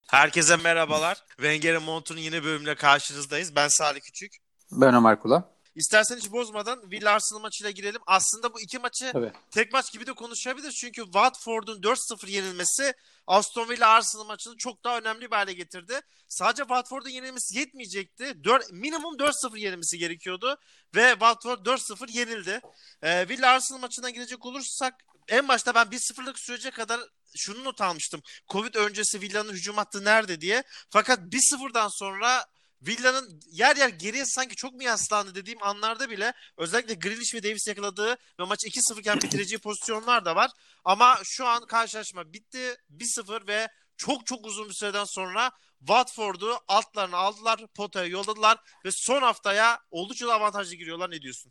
Herkese merhabalar. Wenger'in Montu'nun yeni bölümüyle karşınızdayız. Ben Salih Küçük. Ben Ömer Kula. İstersen hiç bozmadan Villa Arsenal maçıyla girelim. Aslında bu iki maçı Tabii. tek maç gibi de konuşabiliriz. Çünkü Watford'un 4-0 yenilmesi Aston Villa Arsenal maçını çok daha önemli bir hale getirdi. Sadece Watford'un yenilmesi yetmeyecekti. Minimum 4-0 yenilmesi gerekiyordu. Ve Watford 4-0 yenildi. Villa Arsenal maçına girecek olursak en başta ben 1-0'lık sürece kadar şunu not almıştım. Covid öncesi Villa'nın hücum hattı nerede diye. Fakat 1-0'dan sonra Villa'nın yer yer geriye sanki çok mu yaslandı dediğim anlarda bile özellikle Grealish ve Davis yakaladığı ve maçı 2-0 iken bitireceği pozisyonlar da var. Ama şu an karşılaşma bitti. 1-0 ve çok çok uzun bir süreden sonra Watford'u altlarına aldılar, potaya yolladılar ve son haftaya oldukça da avantajlı giriyorlar. Ne diyorsun?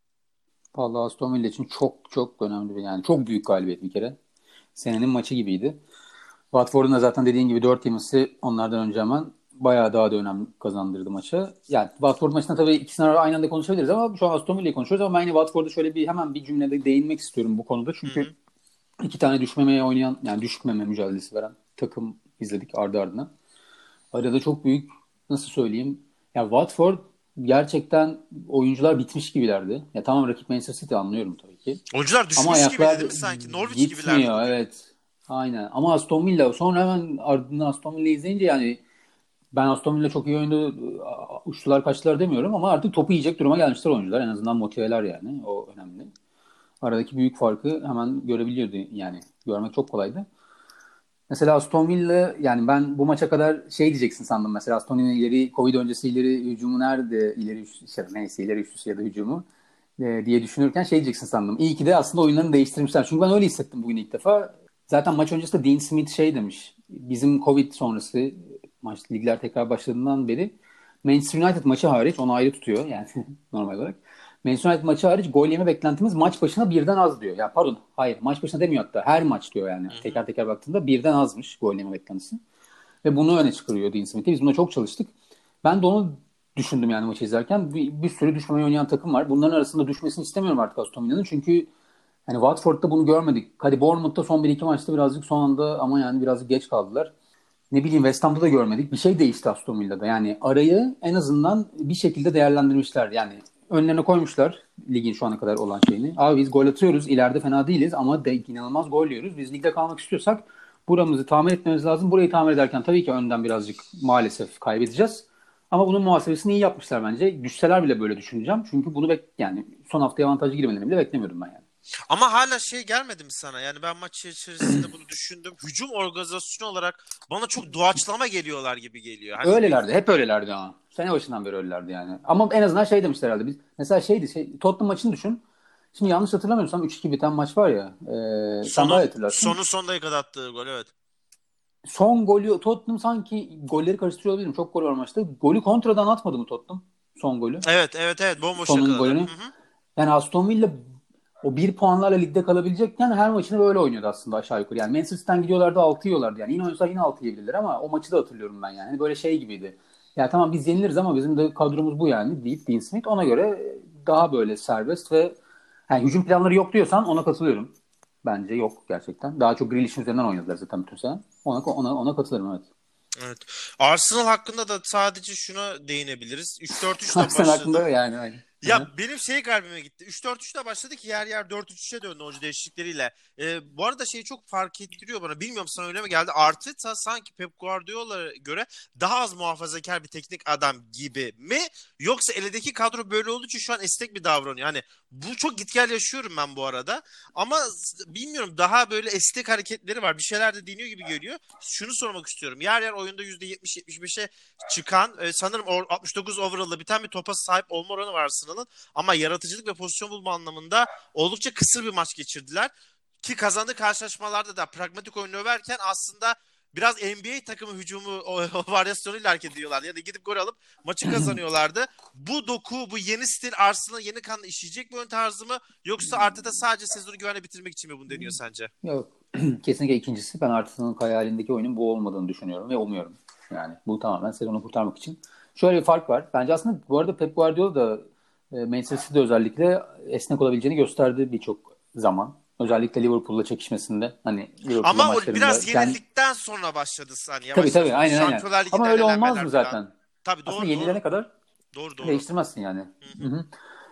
Vallahi Aston Villa için çok çok önemli yani çok büyük galibiyet bir kere. Senenin maçı gibiydi. Watford'un da zaten dediğin gibi 4 yemesi onlardan önce hemen bayağı daha da önem kazandırdı maçı. Yani Watford maçında tabii ikisini aynı anda konuşabiliriz ama şu an Aston Villa'yı konuşuyoruz ama ben yine Watford'a şöyle hemen bir cümlede değinmek istiyorum bu konuda. Hı Çünkü hı. iki tane düşmemeye oynayan yani düşmeme mücadelesi veren takım izledik ardı ardına. Arada çok büyük nasıl söyleyeyim ya Watford gerçekten oyuncular bitmiş gibilerdi. Ya tamam rakip Manchester City anlıyorum tabii ki. Oyuncular Ama düşmüş gibiydi ayaklar değil mi sanki? Norwich gibilerdi gitmiyor bugün. evet. Aynen. Ama Aston Villa sonra hemen ardından Aston Villa izleyince yani ben Aston Villa çok iyi oyunda uçtular kaçtılar demiyorum ama artık topu yiyecek duruma gelmişler oyuncular. En azından motiveler yani. O önemli. Aradaki büyük farkı hemen görebiliyordu yani. Görmek çok kolaydı. Mesela Aston Villa yani ben bu maça kadar şey diyeceksin sandım. Mesela Aston Villa ileri Covid öncesi ileri hücumu nerede? İleri neyse ileri üçlüsü ya da hücumu diye düşünürken şey diyeceksin sandım. İyi ki de aslında oyunlarını değiştirmişler. Çünkü ben öyle hissettim bugün ilk defa. Zaten maç öncesinde Dean Smith şey demiş. Bizim Covid sonrası ligler tekrar başladığından beri Manchester United maçı hariç onu ayrı tutuyor yani normal olarak. Manchester United maçı hariç gol yeme beklentimiz maç başına birden az diyor. Ya pardon hayır maç başına demiyor hatta her maç diyor yani. Hı hı. Teker teker baktığında birden azmış gol yeme beklentisi. Ve bunu öne çıkarıyor Dean Smith'e. Biz buna çok çalıştık. Ben de onu düşündüm yani maçı izlerken. Bir sürü düşmemeyi oynayan takım var. Bunların arasında düşmesini istemiyorum artık Aston Villa'nın. Çünkü hani Watford'da bunu görmedik. Hadi Bournemouth'ta son bir iki maçta birazcık son anda ama yani birazcık geç kaldılar. Ne bileyim West Ham'da da görmedik. Bir şey değişti Aston Villa'da. Yani arayı en azından bir şekilde değerlendirmişler. Yani önlerine koymuşlar ligin şu ana kadar olan şeyini. Abi biz gol atıyoruz. İleride fena değiliz ama inanılmaz gol yiyoruz. Biz ligde kalmak istiyorsak buramızı tamir etmemiz lazım. Burayı tamir ederken tabii ki önden birazcık maalesef kaybedeceğiz. Ama bunun muhasebesini iyi yapmışlar bence. Düşseler bile böyle düşüneceğim. Çünkü bunu yani son haftaya avantajlı girmelerini bile beklemiyordum ben yani. Ama hala şey gelmedi mi sana? Yani ben maç içerisinde bunu düşündüm. Hücum organizasyonu olarak bana çok doğaçlama geliyorlar gibi geliyor. Hani bir Öylelerdi. Hep öylelerdi ama. Sene başından beri öylelerdi yani. Ama en azından şey demişler herhalde. Biz, mesela Tottenham maçını düşün. Şimdi yanlış hatırlamıyorsam 3-2 biten maç var ya. Sen daha iyi hatırlarsın. son dakikada attığı gol, evet. Son golü Tottenham sanki golleri karıştırıyor olabilirim. Çok gol var maçta. Golü kontradan atmadı mı Tottenham? Son golü. Evet, bomboş Sonun yakaladı. golünü. Hı hı. Yani Aston Villa o bir puanlarla ligde kalabilecekken her maçını böyle oynuyordu aslında aşağı yukarı. Yani Manchester City'den gidiyorlardı 6 yiyorlardı. Yani yine oynasak yine 6 yiyebilirler ama o maçı da hatırlıyorum ben yani. Hani böyle şey gibiydi. Ya tamam biz yeniliriz ama bizim de kadromuz bu yani deyip Dean Smith ona göre daha böyle serbest ve yani hücum planları yok diyorsan ona katılıyorum. Bence yok gerçekten. Daha çok Grealish'in üzerinden oynadılar zaten bütün sene. Ona katılırım evet. Evet. Arsenal hakkında da sadece şuna değinebiliriz. 3-4-3 ile Sen başladı. hakkında yani aynı. Hı hı. Ya benim şey kalbime gitti. 3-4-3'le başladı ki yer yer 4-3-3'e döndü oyuncu değişiklikleriyle. Bu arada şeyi çok fark ettiriyor bana. Bilmiyorum sana öyle mi geldi? Arteta sanki Pep Guardiola'ya göre daha az muhafazakar bir teknik adam gibi mi? Yoksa eldeki kadro böyle olduğu için şu an esnek bir davranıyor. Yani bu çok git gel yaşıyorum ben bu arada. Ama bilmiyorum daha böyle esnek hareketleri var. Bir şeyler de deniyor gibi geliyor. Şunu sormak istiyorum. Yer yer oyunda %70-75'e çıkan sanırım 69 overall'da biten bir topa sahip olma oranı var Arsenal'ın. Ama yaratıcılık ve pozisyon bulma anlamında oldukça kısır bir maç geçirdiler. Ki kazandığı karşılaşmalarda da pragmatik oyunu överken aslında biraz NBA takımı hücumu o varyasyonuyla hareket ediyorlar. Ya da gidip gol alıp maçı kazanıyorlardı. Bu doku, bu yeni stil Arsenal'ın yeni kanlı işleyecek bir oyun tarzı mı? Yoksa Arteta sadece sezonu güvenle bitirmek için mi bunu deniyor sence? Yok. Kesinlikle ikincisi. Ben Arsenal'ın hayalindeki oyunun bu olmadığını düşünüyorum ve umuyorum. Yani bu tamamen sezonu kurtarmak için. Şöyle bir fark var. Bence aslında bu arada Pep Guardiola da Manchester City'de özellikle esnek olabileceğini gösterdi birçok zaman. Özellikle Liverpool'la çekişmesinde. Hani Liverpool'la Ama o maçlarında biraz kendi. yenildikten sonra başladı hani Tabii yavaş yavaş tabii, aynen aynen. Şampiyonlar Ligi'nde Ama öyle olmaz elenmeler mı falan. zaten? Tabii, Aslında doğru doğru. yenilene kadar Doğru doğru. değiştirmezsin yani. Hı Hı hı. hı.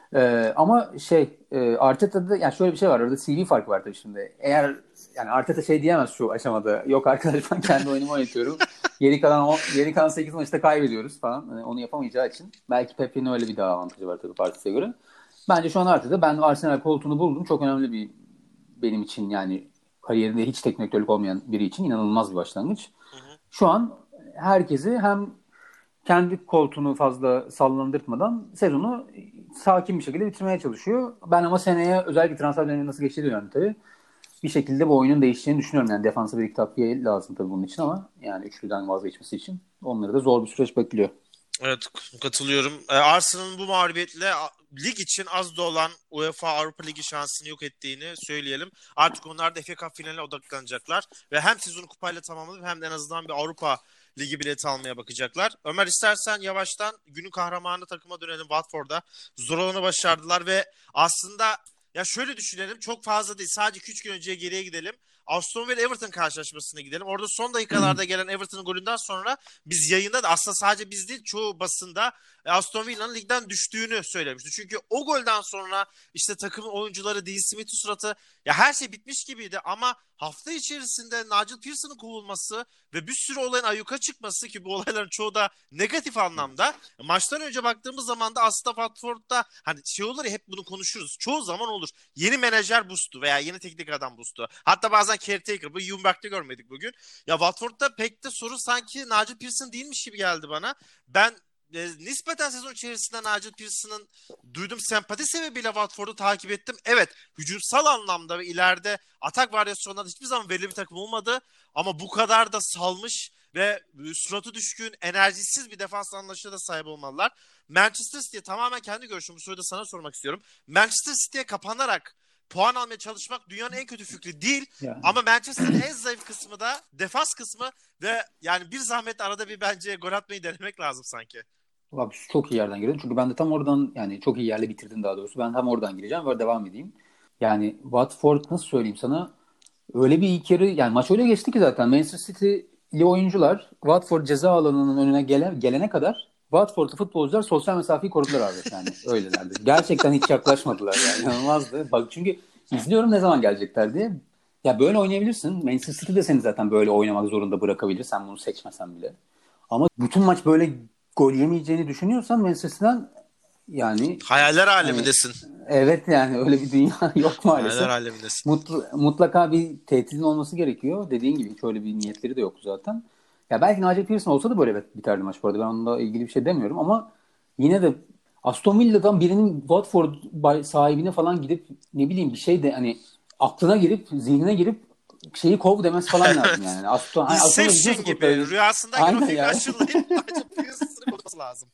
Ama Arteta'da yani şöyle bir şey var. Orada CV farkı var tabii şimdi. Eğer yani Arteta şey diyemez şu aşamada. Yok arkadaş, ben kendi oyunumu oynatıyorum. Geri kalan 8 maçta kaybediyoruz falan. Yani onu yapamayacağı için. Belki Pep'in öyle bir daha avantajı var tabii Partiz'e göre. Bence şu an Arteta, ben Arsenal koltuğunu buldum. Çok önemli bir, benim için yani kariyerinde hiç teknik direktörlük olmayan biri için inanılmaz bir başlangıç. Hı hı. Şu an herkesi hem kendi koltuğunu fazla sallandırtmadan sezonu sakin bir şekilde bitirmeye çalışıyor. Ben ama seneye özellikle transfer dönemi nasıl geçtiği dönemde tabii bir şekilde bu oyunun değişeceğini düşünüyorum. Yani defansa bir iki takviye lazım tabii bunun için, ama yani üçlüden vazgeçmesi için onları da zor bir süreç bekliyor. Evet, katılıyorum. Arsenal'ın bu mağlubiyetle lig için az da olan UEFA Avrupa Ligi şansını yok ettiğini söyleyelim. Artık onlar da FA Cup finaline odaklanacaklar ve hem sezonu kupayla tamamlayıp hem de en azından bir Avrupa Ligi bileti almaya bakacaklar. Ömer, istersen yavaştan günün kahramanı takıma dönelim. Watford'da zor olanı başardılar ve aslında ya şöyle düşünelim, çok fazla değil, sadece 2-3 gün önceye geriye gidelim. Aston Villa Everton karşılaşmasına gidelim. Orada son dakikalarda gelen Everton'ın golünden sonra biz yayında da aslında sadece biz değil çoğu basında Aston Villa'nın ligden düştüğünü söylemişti. Çünkü o golden sonra işte takımın oyuncuları, Dean Smith'in suratı, ya her şey bitmiş gibiydi ama hafta içerisinde Nigel Pearson'ın kovulması ve bir sürü olayın ayyuka çıkması, ki bu olayların çoğu da negatif anlamda. Maçtan önce baktığımız zaman da aslında Watford'da hani şey olur ya, hep bunu konuşuruz. Çoğu zaman olur. Yeni menajer boost'u veya yeni teknik adam boost'u. Hatta bazen caretaker. Bu Ljungberg'de görmedik bugün. Ya Watford'da pek de sorun sanki Nigel Pearson değilmiş gibi geldi bana. Ben nispeten sezon içerisinde Nigel Pearson'ın duyduğum sempati sebebiyle Watford'u takip ettim. Evet, hücumsal anlamda ve ileride atak varyasyonlarında hiçbir zaman belirli bir takım olmadı. Ama bu kadar da salmış ve suratı düşkün, enerjisiz bir defans anlayışına da sahip olmalılar. Manchester City'ye, tamamen kendi görüşüm, bu soruyu da sana sormak istiyorum. Manchester City'ye kapanarak puan almaya çalışmak dünyanın en kötü fikri değil. Yani Ama Manchester'ın en zayıf kısmı da defans kısmı ve yani bir zahmet arada bir bence gol atmayı denemek lazım sanki. bak, çok iyi yerden girdin. Çünkü ben de tam oradan, yani çok iyi yerle bitirdin daha doğrusu. Ben tam oradan gireceğim ve devam edeyim. Yani Watford, nasıl söyleyeyim sana? Öyle bir ilk yarı, yani maç öyle geçti ki zaten Manchester City'li oyuncular Watford ceza alanının önüne gelene kadar Watford'lu futbolcular sosyal mesafeyi korudular abi. Yani öylelerdi. Gerçekten hiç yaklaşmadılar yani. İnanılmazdı. Bak çünkü izliyorum ne zaman gelecekler diye. Ya böyle oynayabilirsin. Manchester City de seni zaten böyle oynamak zorunda bırakabilir. Sen bunu seçmesen bile. Ama bütün maç böyle gol yemeyeceğini düşünüyorsan Manchester City'den, yani Hayaller hani alemindesin. evet, yani öyle bir dünya yok Hayaller maalesef. alemindesin. Mutlaka bir tehditin olması gerekiyor. Dediğin gibi hiç öyle bir niyetleri de yoktu zaten. Ya belki Nigel Pearson olsa da böyle biterdi maç bu arada. Ben onunla ilgili bir şey demiyorum ama yine de Aston Villa'dan birinin Watford sahibine falan gidip ne bileyim bir şey de hani aklına girip zihnine girip şeyi kov demesi falan lazım Evet. yani. Aston Villa'yı Inception nasıl gibi kurtarabilir? rüyasındayken o Aynen fikri yani. aşılayıp bence Pearson'ı kurması lazım.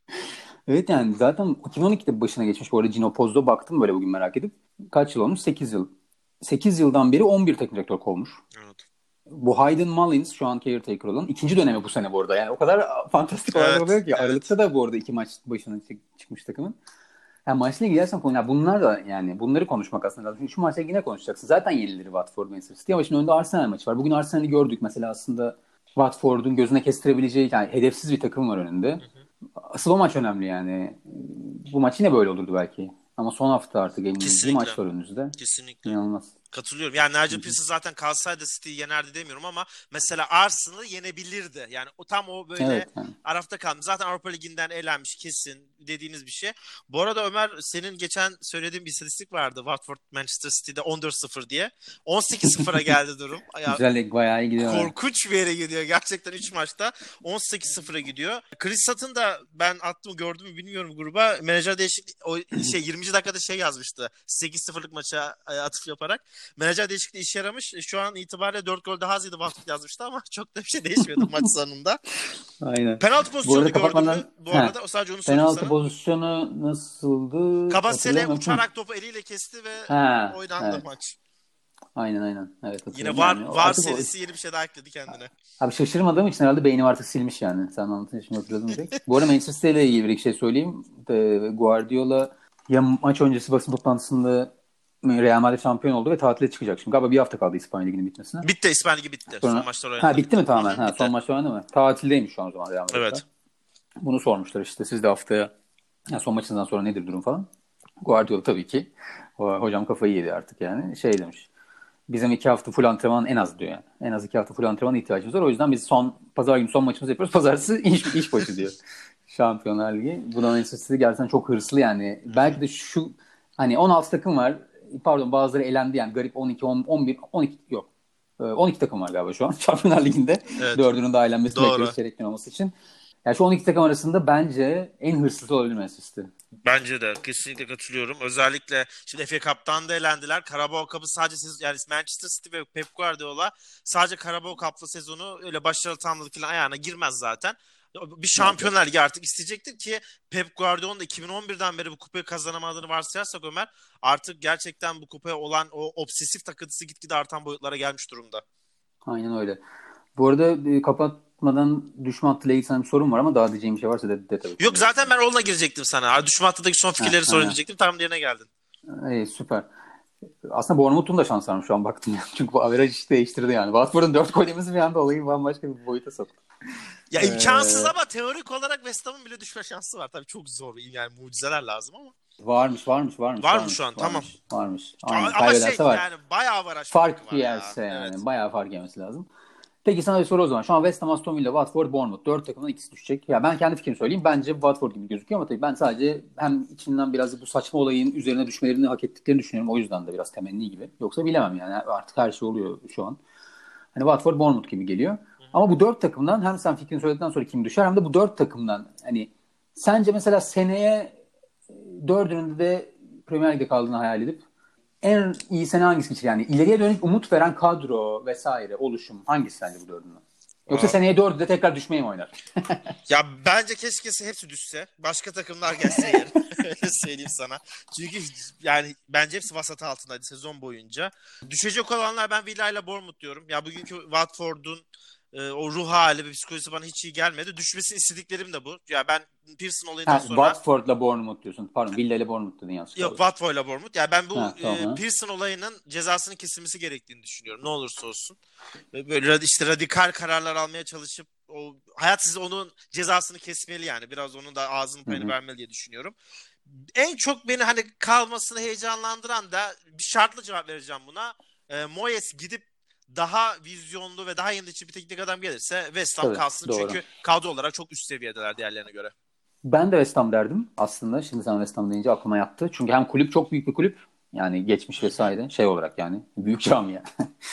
Evet, yani zaten 2012'de başına geçmiş bu arada Gino Pozzo, baktım böyle bugün merak edip. Kaç yıl olmuş? 8 yıl. 8 yıldan beri 11 teknik direktör kovmuş. Evet. Bu Hayden Mullins şu an caretaker olan ikinci dönemi bu sene bu arada. Yani o kadar fantastik olaylar Evet. oluyor ki. Evet. Aralıkta da bu arada iki maç başına çıkmış takımın. Yani maçla ilgili dersen konu, ya bunlar da yani bunları konuşmak aslında lazım. Çünkü şu maçla ilgili ne konuşacaksın? Zaten yenileri Watford, Manchester City, ama şimdi önde Arsenal maçı var. Bugün Arsenal'i gördük mesela, aslında Watford'un gözüne kestirebileceği yani hedefsiz bir takım var önünde. Hı hı. Asıl o maç önemli yani. Bu maç yine böyle olurdu belki. Ama son hafta artık bir Kesinlikle. maç var önünüzde. Kesinlikle. İnanılmaz. Katılıyorum. Yani Hı Nigel hı. Pearson zaten kalsaydı City'yi yenerdi demiyorum ama mesela Arsenal'ı yenebilirdi. Yani o tam o böyle Evet yani. arafta kalmış. Zaten Avrupa Ligi'nden elenmiş kesin dediğiniz bir şey. Bu arada Ömer, senin geçen söylediğin bir istatistik vardı. Watford Manchester City'de 14-0 diye. 18-0'a geldi durum. Ya, Güzel, bayağı iyi gidiyorlar. korkunç bir yere gidiyor. Gerçekten 3 maçta 18-0'a gidiyor. Chris Sutton da, ben attım gördüm mü bilmiyorum gruba, menajer değişikliği o şey 20. dakikada şey yazmıştı. 8-0'lık maça atıf yaparak. Menajer değişikliği işe yaramış. Şu an itibariyle 4 gol daha az yedi Watford yazmıştı ama çok da bir şey değişmedi maç sonunda. Aynen. Penaltı Bu pozisyonunu arada gördün mü? kapatmadan Bu arada o, sadece onu sorayım penaltı sana. pozisyonu nasıldı Kabasele hatırlayamıyorum. Hı. uçarak topu eliyle kesti ve Ha, oynandı evet. maç. Aynen aynen. Evet, Yine hatırladım. var Yani var artık o, serisi yeni bir şey daha ekledi kendine. abi şaşırmadığım için herhalde beynim artık silmiş yani. Sen anlatınca şimdi hatırladım direkt. Bu arada Manchester City ile ilgili bir şey söyleyeyim. Guardiola ya maç öncesi basın toplantısında Real Madrid şampiyon oldu ve tatile çıkacak. Şimdi galiba bir hafta kaldı İspanya Ligi'nin bitmesine. Bitti. İspanya Ligi bitti. Son Sonra maçlar ha oynandı, bitti bitti. mi tamamen? Hı hı, Ha, son bitti. maç oynandı mı? Tatildeymiş şu an o zaman Real Madrid'de. Evet. Bunu sormuşlar işte siz de haftaya son maçından sonra nedir durum falan. Guardiola tabii ki hocam kafayı yedi artık yani. Şey demiş. Bizim 2 hafta full antrenman en az diyor yani. En az 2 hafta full antrenman ihtiyacımız var. O yüzden biz pazar günü son maçımızı yapıyoruz. Pazartesi iş başı diyor. Şampiyonlar Ligi. Bu da Manchester City gerçekten çok hırslı yani. Hı hı. Belki de şu hani 16 takım var. Pardon bazıları elendi yani. Garip 12, 10, 11, 12 yok. 12 takım var galiba şu an Şampiyonlar Ligi'nde. Evet. Dördünün daha elenmesini Doğru. bekliyoruz çeyrekten olması için. Yani şu 12 takım arasında bence en hırslısı olabilir Manchester City. Bence de kesinlikle katılıyorum. Özellikle şimdi FA Cup'tan da elendiler. Carabao Cup'ı sadece yani Manchester City ve Pep Guardiola sadece Carabao Cup'lı sezonu öyle başarılı tamamladık falan ayağına girmez zaten. Bir Yok yok. Şampiyonlar Ligi artık isteyecektir ki Pep Guardiola'nın da 2011'den beri bu kupayı kazanamadığını varsayarsak Ömer artık gerçekten bu kupaya olan o obsesif takıntısı gitgide artan boyutlara gelmiş durumda. Aynen öyle. Bu arada kapatmadan düşme hattıyla ilgili sana bir sorun var ama daha diyeceğim bir şey varsa de tabii Yok konuya. zaten ben onunla girecektim sana. Düşme hattındaki son fikirleri sorun Aynen. diyecektim. Tam yerine geldin. İyi, süper. Aslında Bournemouth'un da şans varmış şu an baktım. Çünkü bu averaj işi değiştirdi yani. Watford'un 4 gol yemesi bir anda olayı bambaşka bir boyuta soktu. Ya imkansız Ee, ama teorik olarak West Ham'ın bile düşme şansı var. Tabii çok zor. Yani mucizeler lazım ama. varmış. Var mı şu an? Tamam. Aynen Ama şey kaybederse var. yani bayağı avaraj farkı Fark var ya. yerse Evet. yani bayağı fark yemesi lazım. Peki sana bir soru o zaman. Şu an West Ham, Aston Villa, Watford, Bournemouth. 4 takımdan ikisi düşecek. Ya ben kendi fikrimi söyleyeyim. Bence Watford gibi gözüküyor ama tabii ben sadece hem içinden biraz da bu saçma olayın üzerine düşmelerini hak ettiklerini düşünüyorum. O yüzden de biraz temenni gibi. Yoksa bilemem yani. Artık her şey oluyor şu an. Hani Watford, Bournemouth gibi geliyor. Hı hı. Ama bu 4 takımdan hem sen fikrini söyledikten sonra kim düşer hem de bu 4 takımdan hani sence mesela seneye dördünün de Premier Lig'de kaldığını hayal edip en iyi sene hangisi geçecek? Yani ileriye dönük umut veren kadro vesaire oluşum hangisi sence bu dördünden? Yoksa Aa, seneye dördü de tekrar düşmeye mi oynar? ya bence keşke hepsi düşse. Başka takımlar gelse yerine. Öyle söyleyeyim sana. Çünkü yani bence hepsi vasat altındaydı sezon boyunca. Düşecek olanlar ben Villa ile Bournemouth diyorum. Ya bugünkü Watford'un o ruh hali ve psikolojisi bana hiç iyi gelmedi. Düşmesini istediklerim de bu. Ya ben Pearson olayından Ha, sonra Watford'la Bournemouth diyorsun. Pardon, Villa ile Bournemouth dedin yanlış yok kaldı. Watford'la Bournemouth. Ya ben bu Ha, tamam. Ha. Pearson olayının cezasının kesilmesi gerektiğini düşünüyorum. Ne olursa olsun. Ve böyle işte radikal kararlar almaya çalışıp o hayat size onun cezasını kesmeli yani. Biraz onun da ağzının Hı payını hı. vermeli diye düşünüyorum. En çok beni hani kalmasını heyecanlandıran da bir şartlı cevap vereceğim buna. Moyes gidip daha vizyonlu ve daha yenilikçi bir teknik adam gelirse West Ham Tabii kalsın. doğru. Çünkü kadro olarak çok üst seviyedeler diğerlerine göre. Ben de West Ham derdim aslında. Şimdi sen West Ham deyince aklıma yattı. Çünkü hem kulüp çok büyük bir kulüp. Yani geçmiş Hı hı. vesaire şey olarak yani büyük camia.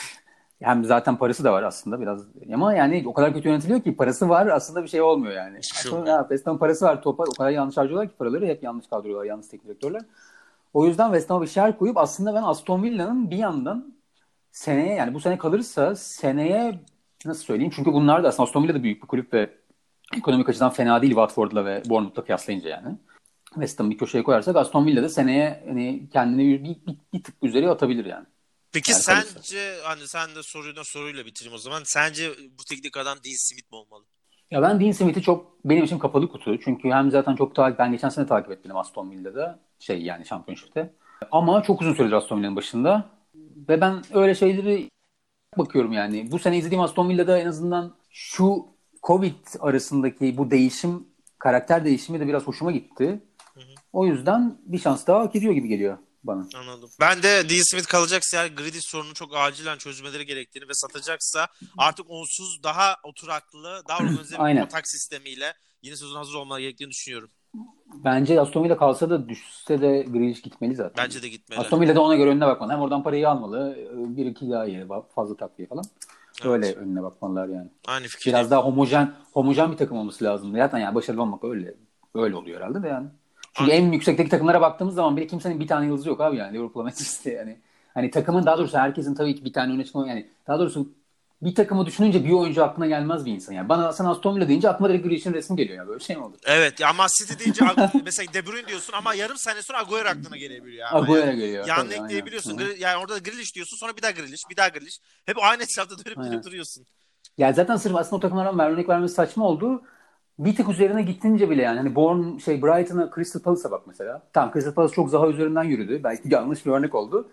Hem zaten parası da var aslında biraz. Ama yani o kadar kötü yönetiliyor ki parası var aslında bir şey olmuyor yani. Hiçbir şey Aslında olmuyor. ya, West Ham parası var topa o kadar yanlış harcıyorlar ki paraları hep yanlış kadrolar, yanlış teknik direktörler. O yüzden West Ham'a bir şer koyup aslında ben Aston Villa'nın bir yandan seneye yani bu sene kalırsa seneye nasıl söyleyeyim? Çünkü bunlar da aslında Aston Villa da büyük bir kulüp ve ekonomik açıdan fena değil Watford'la ve Bournemouth'la kıyaslayınca yani. West Ham'ı bir köşeye koyarsak Aston Villa da seneye hani kendini bir tık üzeri atabilir yani. Peki Eğer kalırsa. sence hani sen de soruyla bitireyim o zaman. Sence bu teknik adam Dean Smith mi olmalı? Ya ben Dean Smith'i çok benim için kapalı kutu. Çünkü hem zaten çok ben geçen sene takip ettim Aston Villa'da şey yani Championship'te. Ama çok uzun süredir Aston Villa'nın başında. Ve ben öyle şeyleri bakıyorum yani. Bu sene izlediğim Aston Villa'da en azından şu Covid arasındaki bu değişim, karakter değişimi de biraz hoşuma gitti. Hı hı. O yüzden bir şans daha hak ediyor gibi geliyor bana. Anladım. Ben de Dean Smith kalacaksa eğer Grealish sorununu çok acilen çözmeleri gerektiğini ve satacaksa artık onsuz daha oturaklı, daha organize bir Aynen. atak sistemiyle yeni sezon hazır olmaları gerektiğini düşünüyorum. Bence Aston Villa kalsa da düşse de Grealish gitmeli zaten. Bence de gitmeli. Aston Villa da ona göre önüne bakmalı. Hem oradan parayı almalı. Bir iki daha iyi. Fazla takviye falan. Öyle Evet. önüne bakmalılar yani. Aynı fikirdeyim. Biraz daha homojen bir takım olması lazım. Zaten yani başarılı olmak öyle oluyor herhalde de yani. Çünkü en yüksekteki takımlara baktığımız zaman bile kimsenin bir tane yıldızı yok abi yani. Liverpool'a Manchester'te yani. Hani takımın daha doğrusu herkesin tabii ki bir tane öne çıkma yani daha doğrusu bir takımı düşününce bir oyuncu aklına gelmez bir insan yani. Bana sen Aston Villa deyince aklıma direkt Grealish'in resmi geliyor ya. Böyle şey mi olur? Evet ama City deyince mesela De Bruyne diyorsun ama yarım sene sonra Agüero aklına gelebiliyor. Yani Agüero geliyor yanına tabii aynen. ekleyebiliyorsun. Hı-hı. Yani orada Grealish diyorsun sonra bir daha Grealish, bir daha Grealish. Hep aynı etrafta dönüp Aynen. duruyorsun. Yani zaten sırf aslında o takımlardan örnek vermesi saçma oldu. Bir tık üzerine gittince bile yani hani Brighton'a Crystal Palace'a bak mesela. Tamam Crystal Palace çok Zaha üzerinden yürüdü. Belki yanlış bir örnek oldu.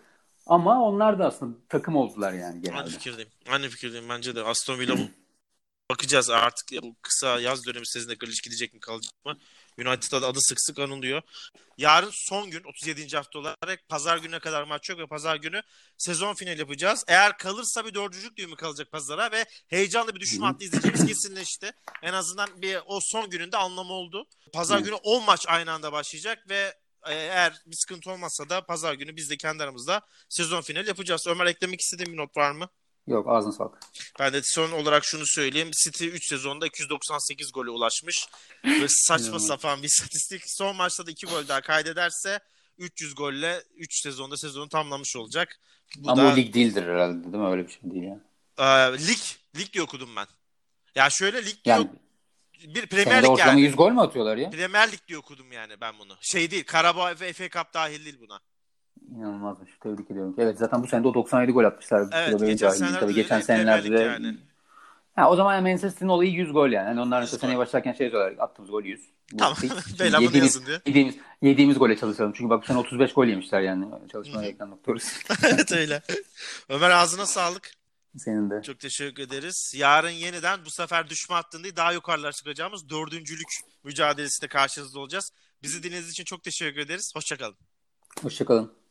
Ama onlar da aslında takım oldular yani Aynı genelde. fikirdeyim. Aynı fikirdeyim bence de. Aston Villa bakacağız artık ya, bu kısa yaz dönemi sezonunda Grealish gidecek mi kalacak mı? United'da da adı sık sık anılıyor. Yarın son gün 37. hafta olarak pazar gününe kadar maç yok ve pazar günü sezon finali yapacağız. Eğer kalırsa bir dördüncülük düğümü kalacak pazara ve heyecanlı bir Hı düşme hı. hattı izleyeceğimiz kesinleşti. En azından bir o son gününde anlamı oldu. Pazar Evet. günü 10 maç aynı anda başlayacak ve eğer bir sıkıntı olmazsa da pazar günü biz de kendi aramızda sezon finali yapacağız. Ömer, eklemek istediğin bir not var mı? Yok, ağzına sağlık. Ben de son olarak şunu söyleyeyim. City 3 sezonda 298 gole ulaşmış. Böyle saçma İnanılmaz. sapan bir istatistik. Son maçta da 2 gol daha kaydederse 300 golle 3 sezonda sezonu tamamlamış olacak. Bu Ama o da lig değildir herhalde, değil mi? Öyle bir şey değil yani. lig diye okudum ben. Ya şöyle lig diye Yani bir Premier senede Lig ortalama yani. 100 gol mü atıyorlar ya? Premier Lig diye okudum yani ben bunu. Şey değil. Karabağ ve FA Cup dahil değil buna. İnanılmazmış. Tebrik ediyorum. Evet, zaten bu sene de o 97 gol atmışlar. Bu da Evet, benim geçen dahil değil. senelerde Tabii de geçen öyle Premier senelerde Lig de yani. ha, o zaman yani Manchester City'nin olayı 100 gol yani. Yani onlar 100 mesela gol. seneye başlarken şey diyorlar. Attığımız gol 100. Bu Tamam. fix. Şimdi Belamını yazın diye. yediğimiz gole çalışalım. Çünkü bak bu sene 35 gol yemişler yani. Hı Çalışmaya hı. gereken nokta. Evet öyle. Ömer, ağzına sağlık. Senin de. Çok teşekkür ederiz. Yarın yeniden bu sefer düşme hattında değil, daha yukarılara çıkacağımız dördüncülük mücadelesinde karşınızda olacağız. Bizi dinlediğiniz için çok teşekkür ederiz. Hoşçakalın. Hoşçakalın.